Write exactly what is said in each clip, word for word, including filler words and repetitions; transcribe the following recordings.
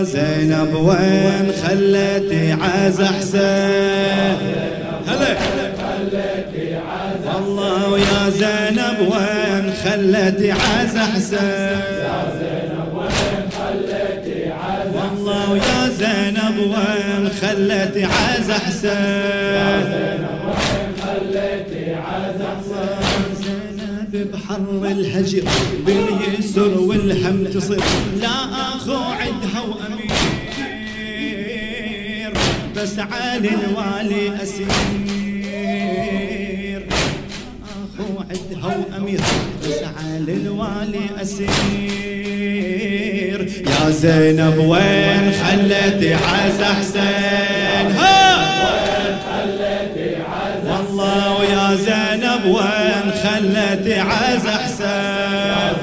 يا زينب وين خليتي عز حسين؟ هلا والله ويا زينب وين خليتي عز حسين؟ والله ويا زينب وين خليتي عز حسين؟ زينب بحر الهجر باليسر والهم تصير لا اخو عدها وامير بس علي الوالي اسير اخو عدها وامير بس علي الوالي اسير يا زينب وين خليتي عز حسين؟ والله ويا زينب وين خليتي عز حسين؟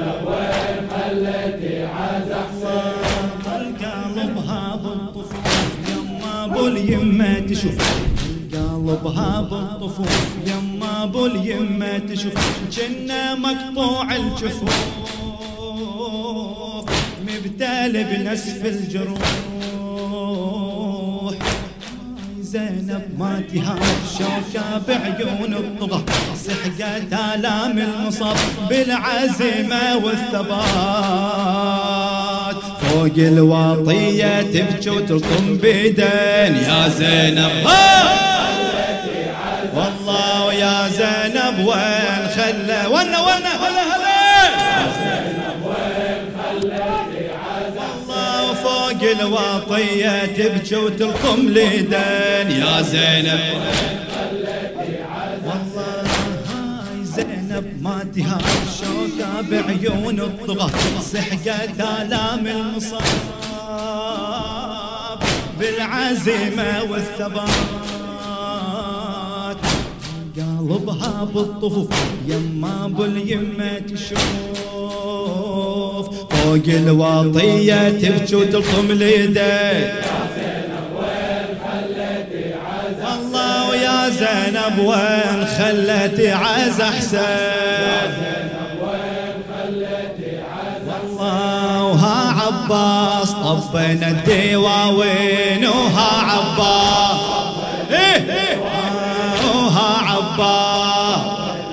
قلبها بالطفوف يما ابو اليمه تشوف قلبها بالطفوف يما ابو اليمه تشوف جنة مقطوع الجفوف مبتال بنسف الجروح زينب ما تهاب شوكة بعيون الطغى سحقت آلام المصاب بالعزيمة والثبات فوق الواطية تبكي وتلطم بيدين يا زينب والله ويا زينب وين خلى ونا ونا هلا هلا فوق الواطية تبكي وتلقم ليدين يا زينب والله هاي زينب ما تهاب شوكة بعيون الطغى سحقت آلام المصاب بالعزيمة والثبات قلبها بالطفوف يما باليمة تشوف فوق الواطية تبكي وتلطم اليدين والله ويا زينب وين خليتي عز حسين؟ والله وها عباس طفينا الدواوين وها عباس وها عباس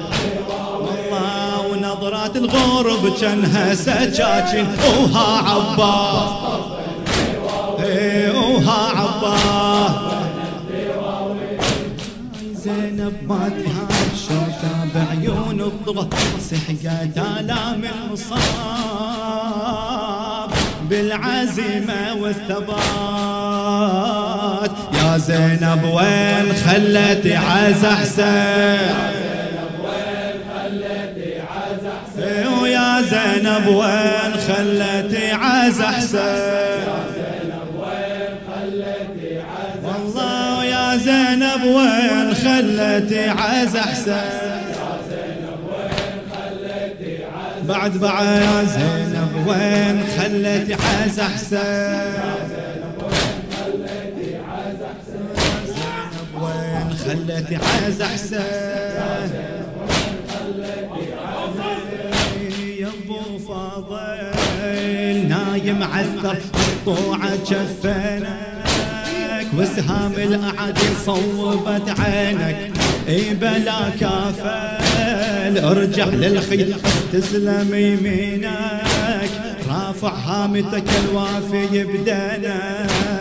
نظرات الغرب جنها سجاجين وها عباس وها عباس زينب ما تهاب شوكة بعيون الطغى سحقت آلام المصاب بالعزيمة والثبات يا زينب وين خليتي عز حسين؟ ويا زينب وين خليتي عز حسين؟ والله ويا زينب وين خليتي عز حسين؟ بعد بعد يا زينب وين خليتي عز حسين؟ وين خليتي عز حسين؟ فاضل نايم عثر مقطوعة جفينك وسهام الأعادي صوبت عينك اي بلا كافل ارجع للخيل تسلم يمينك رافع هامتك الوافي بدينك